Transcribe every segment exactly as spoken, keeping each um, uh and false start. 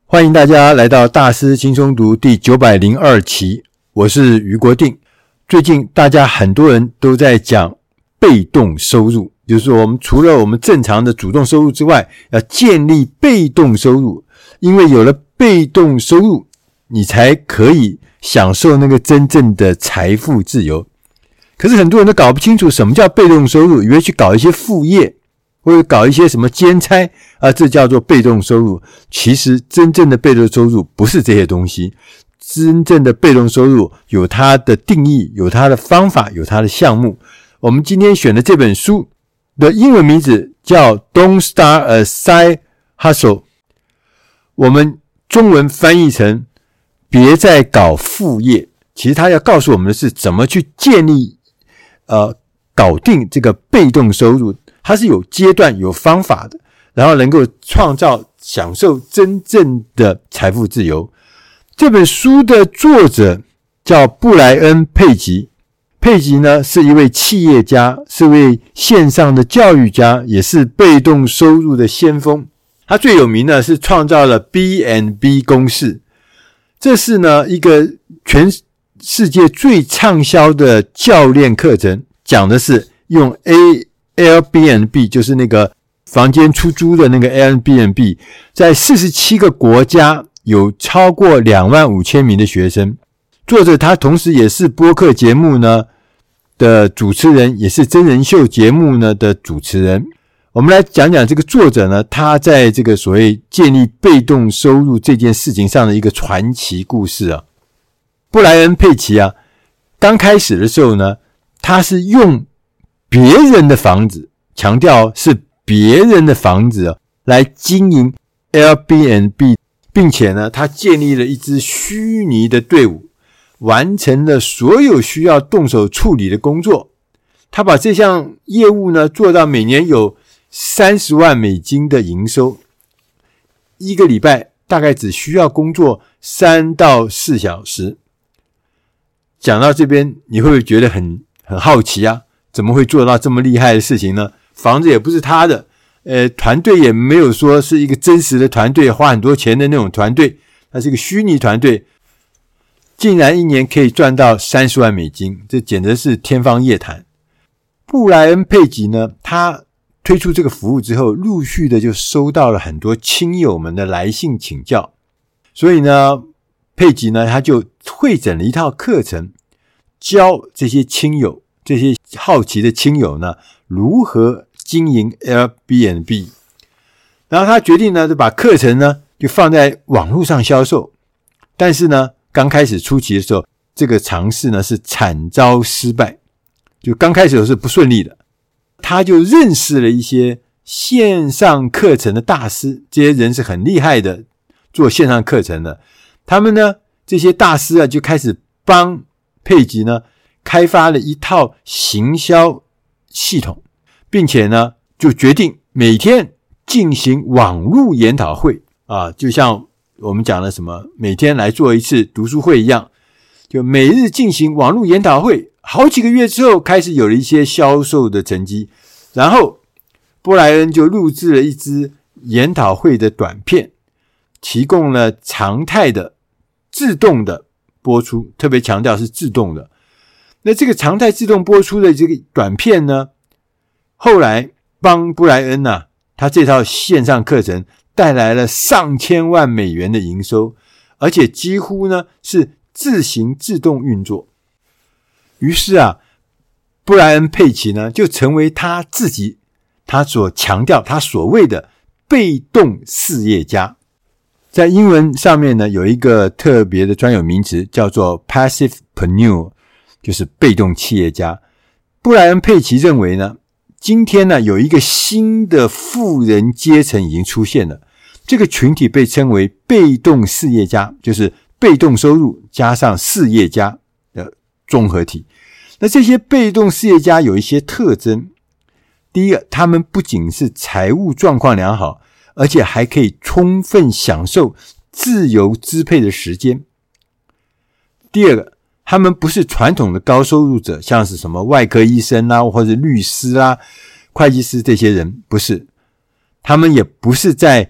欢迎大家来到大师轻松读第九百零二期，我是余国定。最近大家很多人都在讲被动收入，就是说我们除了我们正常的主动收入之外，要建立被动收入，因为有了被动收入，你才可以享受那个真正的财富自由。可是很多人都搞不清楚什么叫被动收入，以为去搞一些副业或者搞一些什么兼差啊，这叫做被动收入。其实真正的被动收入不是这些东西，真正的被动收入有它的定义，有它的方法，有它的项目。我们今天选的这本书的英文名字叫 Don't Start a Side Hustle， 我们中文翻译成别再搞副业。其实它要告诉我们的是怎么去建立呃，搞定这个被动收入，它是有阶段有方法的，然后能够创造享受真正的财富自由。这本书的作者叫布莱恩·佩吉，佩吉呢是一位企业家，是位线上的教育家，也是被动收入的先锋。他最有名的是创造了 B and B 公式，这是呢一个全世界最畅销的教练课程，讲的是用 Airbnb， 就是那个房间出租的那个 Airbnb， 在四十七个国家有超过两万五千名的学生。作者他同时也是播客节目呢的主持人，也是真人秀节目呢的主持人。我们来讲讲这个作者呢，他在这个所谓建立被动收入这件事情上的一个传奇故事啊。布莱恩·佩奇啊，刚开始的时候呢，他是用别人的房子，强调是别人的房子、啊、来经营 Airbnb， 并且呢，他建立了一支虚拟的队伍，完成了所有需要动手处理的工作。他把这项业务呢做到每年有三十万美金的营收，一个礼拜大概只需要工作三到四小时。讲到这边，你会不会觉得很很好奇啊？怎么会做到这么厉害的事情呢？房子也不是他的，呃，团队也没有说是一个真实的团队，花很多钱的那种团队，它是一个虚拟团队，竟然一年可以赚到三十万美金，这简直是天方夜谭。布莱恩·佩吉呢，他推出这个服务之后，陆续的就收到了很多亲友们的来信请教，所以呢，佩吉呢，他就汇整了一套课程，教这些亲友，这些好奇的亲友呢，如何经营 Airbnb。然后他决定呢，就把课程呢，就放在网络上销售。但是呢，刚开始初期的时候，这个尝试呢是惨遭失败，就刚开始的时候是不顺利的。他就认识了一些线上课程的大师，这些人是很厉害的，做线上课程的。他们呢，这些大师啊，就开始帮佩吉呢开发了一套行销系统，并且呢，就决定每天进行网络研讨会啊，就像我们讲的什么每天来做一次读书会一样，就每日进行网络研讨会。好几个月之后，开始有了一些销售的成绩，然后布莱恩就录制了一支研讨会的短片，提供了常态的自动的播出，特别强调是自动的。那这个常态自动播出的这个短片呢，后来帮布莱恩啊，他这套线上课程带来了上千万美元的营收，而且几乎呢是自行自动运作。于是啊，布莱恩·佩奇呢就成为他自己他所强调他所谓的被动事业家。在英文上面呢，有一个特别的专有名词叫做 passivepreneur， 就是被动企业家。布莱恩·佩奇认为呢，今天呢有一个新的富人阶层已经出现了，这个群体被称为被动事业家，就是被动收入加上事业家的综合体。那这些被动事业家有一些特征，第一个，他们不仅是财务状况良好，而且还可以充分享受自由支配的时间。第二个，他们不是传统的高收入者，像是什么外科医生啦，或者律师啦、会计师这些人，不是。他们也不是在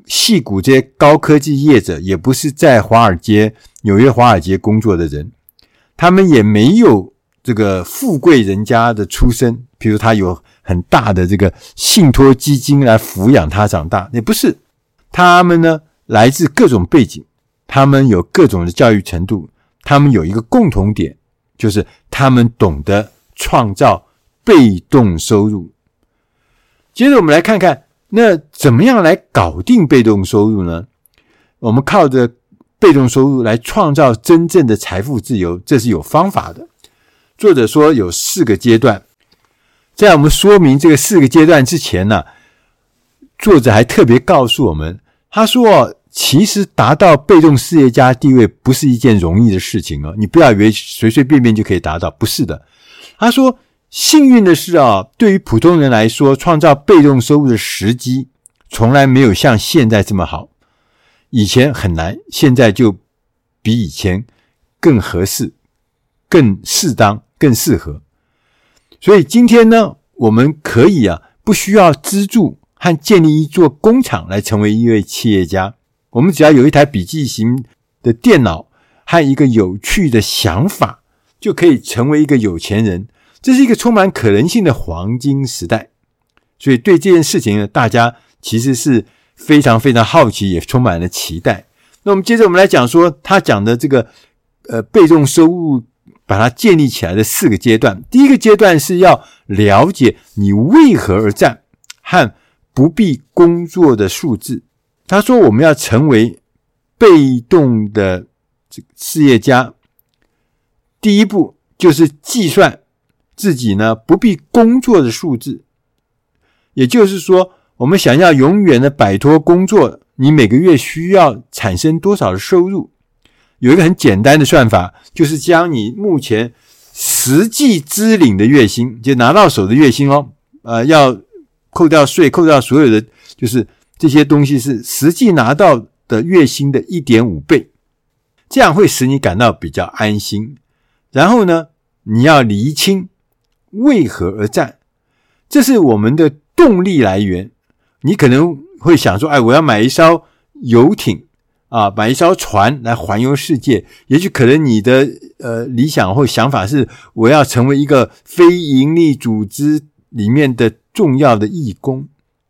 矽谷这些高科技业者，也不是在华尔街纽约华尔街工作的人，他们也没有这个富贵人家的出身，比如他有很大的这个信托基金来抚养他长大，也不是。他们呢来自各种背景，他们有各种的教育程度，他们有一个共同点，就是他们懂得创造被动收入。接着我们来看看，那怎么样来搞定被动收入呢？我们靠着被动收入来创造真正的财富自由，这是有方法的。作者说有四个阶段，在我们说明这个四个阶段之前呢，作者还特别告诉我们，他说其实达到被动事业家地位不是一件容易的事情哦，你不要以为随随便便就可以达到，不是的。他说幸运的是啊，对于普通人来说，创造被动收入的时机从来没有像现在这么好。以前很难，现在就比以前更合适、更适当、更适合。所以今天呢，我们可以啊，不需要资助和建立一座工厂来成为一位企业家。我们只要有一台笔记型的电脑和一个有趣的想法，就可以成为一个有钱人。这是一个充满可能性的黄金时代。所以对这件事情呢，大家其实是非常非常好奇，也充满了期待。那我们接着我们来讲说，他讲的这个呃被动收入把它建立起来的四个阶段。第一个阶段是要了解你为何而战和不必工作的数字。他说我们要成为被动的事业家，第一步就是计算自己呢不必工作的数字。也就是说，我们想要永远的摆脱工作，你每个月需要产生多少的收入？有一个很简单的算法，就是将你目前实际支领的月薪，就拿到手的月薪哦，呃，要扣掉税，扣掉所有的，就是这些东西是实际拿到的月薪的 一点五 倍，这样会使你感到比较安心。然后呢，你要厘清为何而战，这是我们的动力来源。你可能会想说，哎，我要买一艘游艇啊，买一艘船来环游世界。也许可能你的呃理想或想法是，我要成为一个非营利组织里面的重要的义工。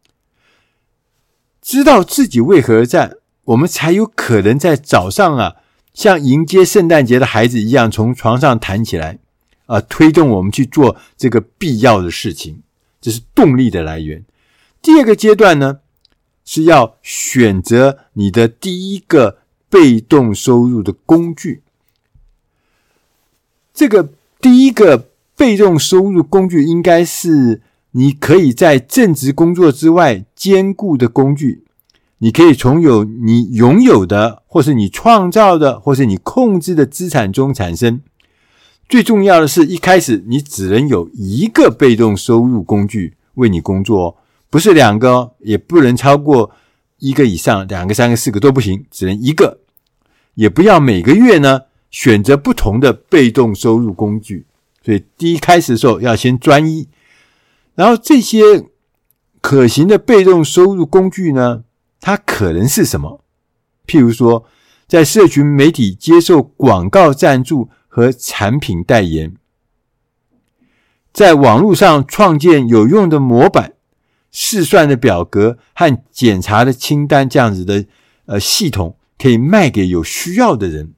知道自己为何而战，我们才有可能在早上啊，像迎接圣诞节的孩子一样，从床上弹起来啊，推动我们去做这个必要的事情。这是动力的来源。第二个阶段呢，是要选择你的第一个被动收入的工具。这个第一个被动收入工具应该是你可以在正职工作之外兼顾的工具。你可以从有你拥有的，或是你创造的，或是你控制的资产中产生。最重要的是，一开始你只能有一个被动收入工具为你工作哦，不是两个哦，也不能超过一个以上，两个、三个、四个都不行，只能一个。也不要每个月呢选择不同的被动收入工具。所以第一开始的时候要先专一。然后这些可行的被动收入工具呢，它可能是什么？譬如说，在社群媒体接受广告赞助和产品代言，在网络上创建有用的模板、试算的表格和检查的清单，这样子的呃系统可以卖给有需要的人。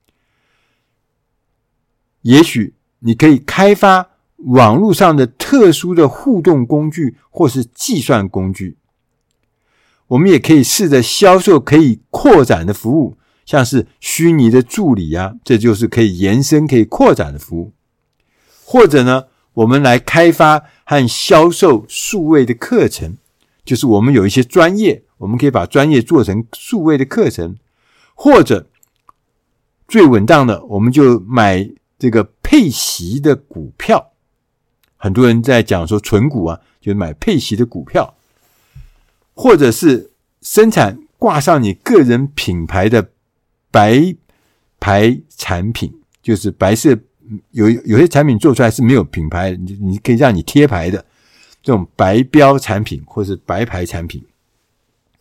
也许你可以开发网络上的特殊的互动工具或是计算工具。我们也可以试着销售可以扩展的服务，像是虚拟的助理啊，这就是可以延伸可以扩展的服务。或者呢，我们来开发和销售数位的课程，就是我们有一些专业，我们可以把专业做成数位的课程。或者最稳当的，我们就买这个配息的股票。很多人在讲说存股啊，就是买配息的股票。或者是生产挂上你个人品牌的白牌产品，就是白色，有有些产品做出来是没有品牌，你你可以让你贴牌的这种白标产品或是白牌产品。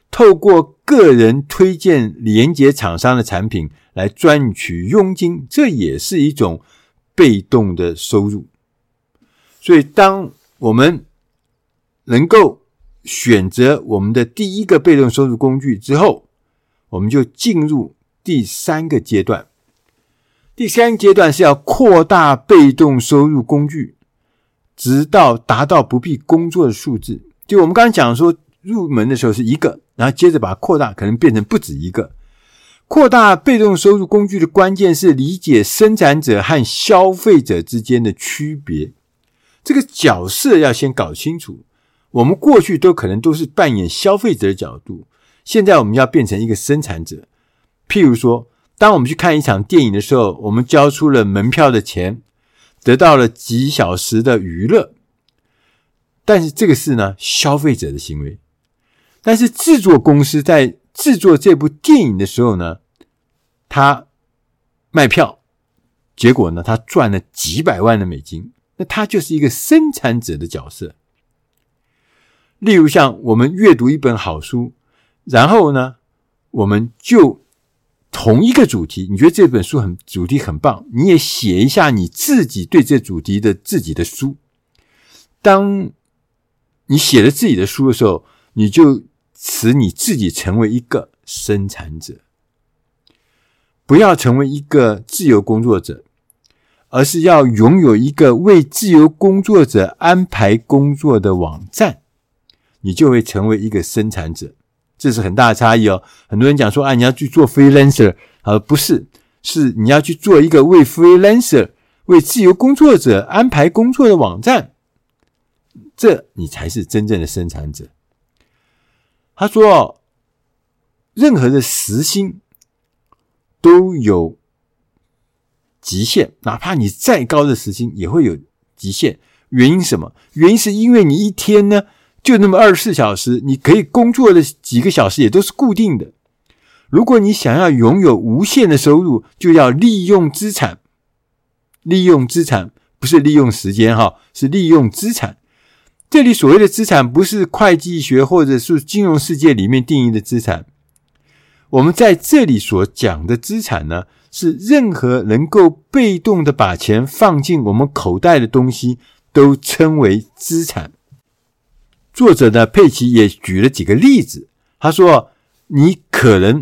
透过个人推荐连结厂商的产品来赚取佣金，这也是一种被动的收入。所以当我们能够选择我们的第一个被动收入工具之后，我们就进入第三个阶段。第三个阶段是要扩大被动收入工具，直到达到不必工作的数字。就我们刚才讲说，入门的时候是一个，然后接着把它扩大，可能变成不止一个。扩大被动收入工具的关键是理解生产者和消费者之间的区别。这个角色要先搞清楚。我们过去都可能都是扮演消费者的角度，现在我们要变成一个生产者。譬如说，当我们去看一场电影的时候，我们交出了门票的钱，得到了几小时的娱乐，但是这个是呢消费者的行为。但是制作公司在制作这部电影的时候呢，他卖票，结果呢他赚了几百万的美金，那他就是一个生产者的角色。例如像我们阅读一本好书，然后呢我们就同一个主题，你觉得这本书很主题很棒，你也写一下你自己对这主题的自己的书。当你写了自己的书的时候，你就使你自己成为一个生产者，不要成为一个自由工作者，而是要拥有一个为自由工作者安排工作的网站，你就会成为一个生产者。这是很大的差异哦。很多人讲说啊，你要去做 freelancer， 啊，不是，是你要去做一个为 freelancer 为自由工作者安排工作的网站，这你才是真正的生产者。他说哦，任何的时薪都有极限，哪怕你再高的时薪也会有极限。原因是什么？原因是因为你一天呢就那么二十四小时，你可以工作的几个小时也都是固定的。如果你想要拥有无限的收入，就要利用资产。利用资产不是利用时间哈，是利用资产。这里所谓的资产不是会计学或者是金融世界里面定义的资产。我们在这里所讲的资产呢，是任何能够被动的把钱放进我们口袋的东西都称为资产。作者呢，佩奇也举了几个例子。他说，你可能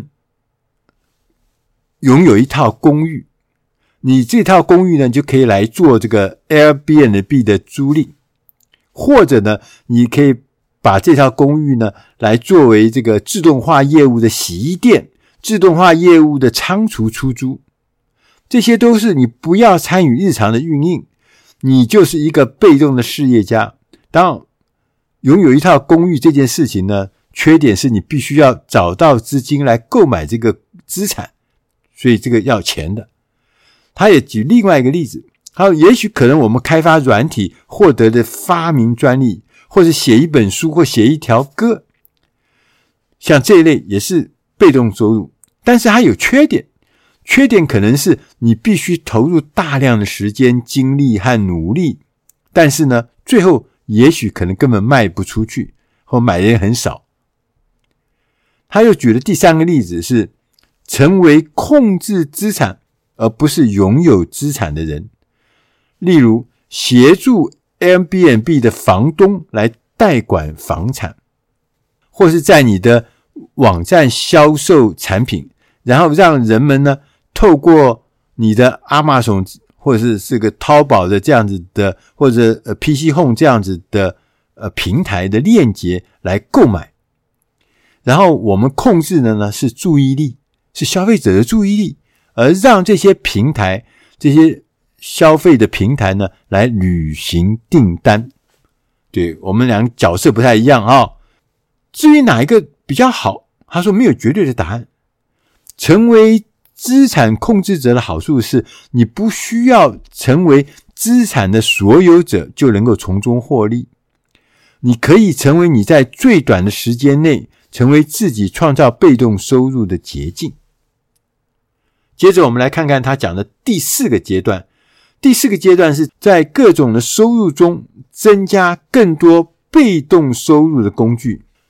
拥有一套公寓，你这套公寓呢，就可以来做这个 Airbnb 的租赁，或者呢，你可以把这套公寓呢，来作为这个自动化业务的洗衣店、自动化业务的仓储出租。这些都是你不要参与日常的运营，你就是一个被动的事业家。当然拥有一套公寓这件事情呢，缺点是你必须要找到资金来购买这个资产，所以这个要钱的。他也举另外一个例子，他说也许可能我们开发软体获得的发明专利，或者写一本书或写一条歌，像这一类也是被动收入，但是它有缺点。缺点可能是你必须投入大量的时间、精力和努力，但是呢，最后也许可能根本卖不出去，或买的人很少。他又举了第三个例子，是成为控制资产而不是拥有资产的人。例如协助 Airbnb 的房东来代管房产，或是在你的网站销售产品，然后让人们呢透过你的 Amazon 或者是这个淘宝的这样子的，或者呃 P C Home 这样子的呃平台的链接来购买。然后我们控制的呢是注意力，是消费者的注意力，而让这些平台、这些消费的平台呢来履行订单。对，我们两个角色不太一样啊、哦。至于哪一个比较好，他说没有绝对的答案。成为资产控制者的好处是，你不需要成为资产的所有者就能够从中获利。你可以成为你在最短的时间内成为自己创造被动收入的捷径。接着我们来看看他讲的第四个阶段。第四个阶段是在各种的收入中增加更多被动收入的工具。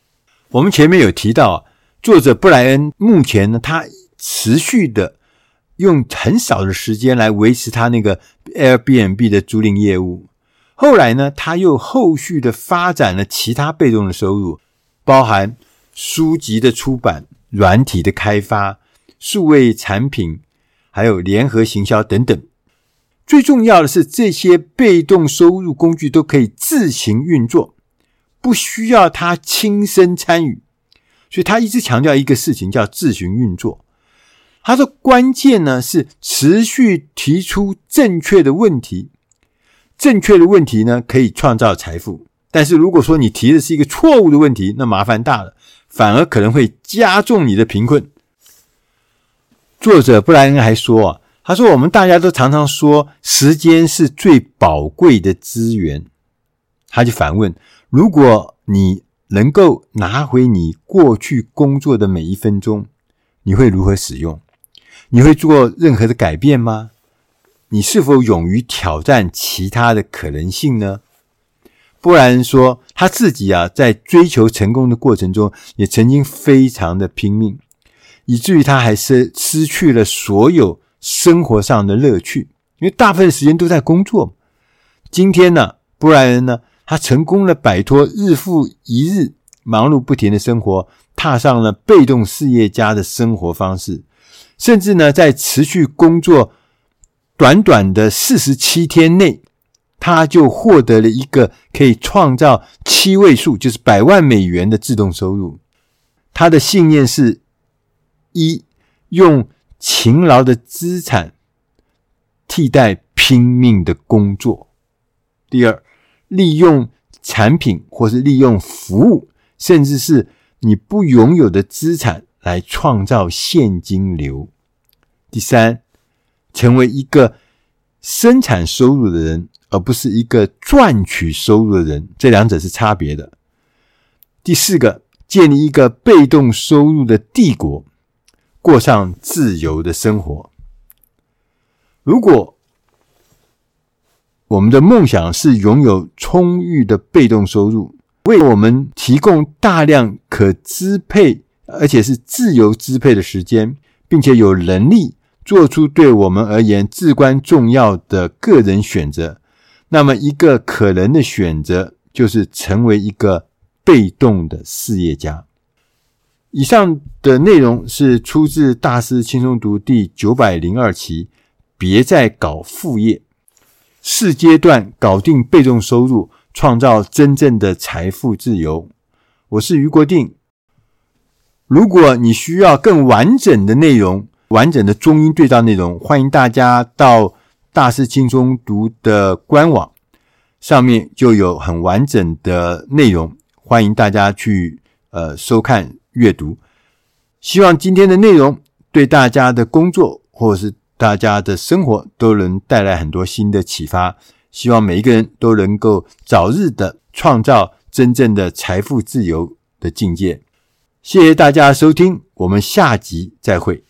我们前面有提到啊，作者布莱恩目前呢，他持续的用很少的时间来维持他那个 Airbnb 的租赁业务。后来呢，他又后续的发展了其他被动的收入，包含书籍的出版、软体的开发、数位产品，还有联合行销等等。最重要的是，这些被动收入工具都可以自行运作，不需要他亲身参与。所以他一直强调一个事情，叫自行运作。他说关键呢是持续提出正确的问题，正确的问题呢可以创造财富，但是如果说你提的是一个错误的问题，那麻烦大了，反而可能会加重你的贫困。作者布莱恩还说啊，他说我们大家都常常说时间是最宝贵的资源，他就反问，如果你能够拿回你过去工作的每一分钟，你会如何使用？你会做任何的改变吗？你是否勇于挑战其他的可能性呢？布莱恩说他自己啊，在追求成功的过程中也曾经非常的拼命，以至于他还是失去了所有生活上的乐趣，因为大部分时间都在工作。今天呢，布莱恩呢，他成功的摆脱日复一日忙碌不停的生活，踏上了被动事业家的生活方式，甚至呢，在持续工作短短的四十七天内，他就获得了一个可以创造七位数，就是百万美元的自动收入。他的信念是：一，用勤劳的资产替代拼命的工作；第二，利用产品或是利用服务，甚至是你不拥有的资产来创造现金流；第三，成为一个生产收入的人，而不是一个赚取收入的人，这两者是差别的。第四个，建立一个被动收入的帝国，过上自由的生活。如果我们的梦想是拥有充裕的被动收入，为我们提供大量可支配而且是自由支配的时间，并且有能力做出对我们而言至关重要的个人选择，那么一个可能的选择就是成为一个被动的事业家。以上的内容是出自大师轻松读第九百零二期，别再搞副业，四阶段搞定被动收入，创造真正的财富自由。我是余国定。如果你需要更完整的内容，完整的中英对照内容，欢迎大家到大师轻松读的官网，上面就有很完整的内容，欢迎大家去呃收看阅读。希望今天的内容对大家的工作或者是大家的生活都能带来很多新的启发，希望每一个人都能够早日的创造真正的财富自由的境界。谢谢大家的收听，我们下集再会。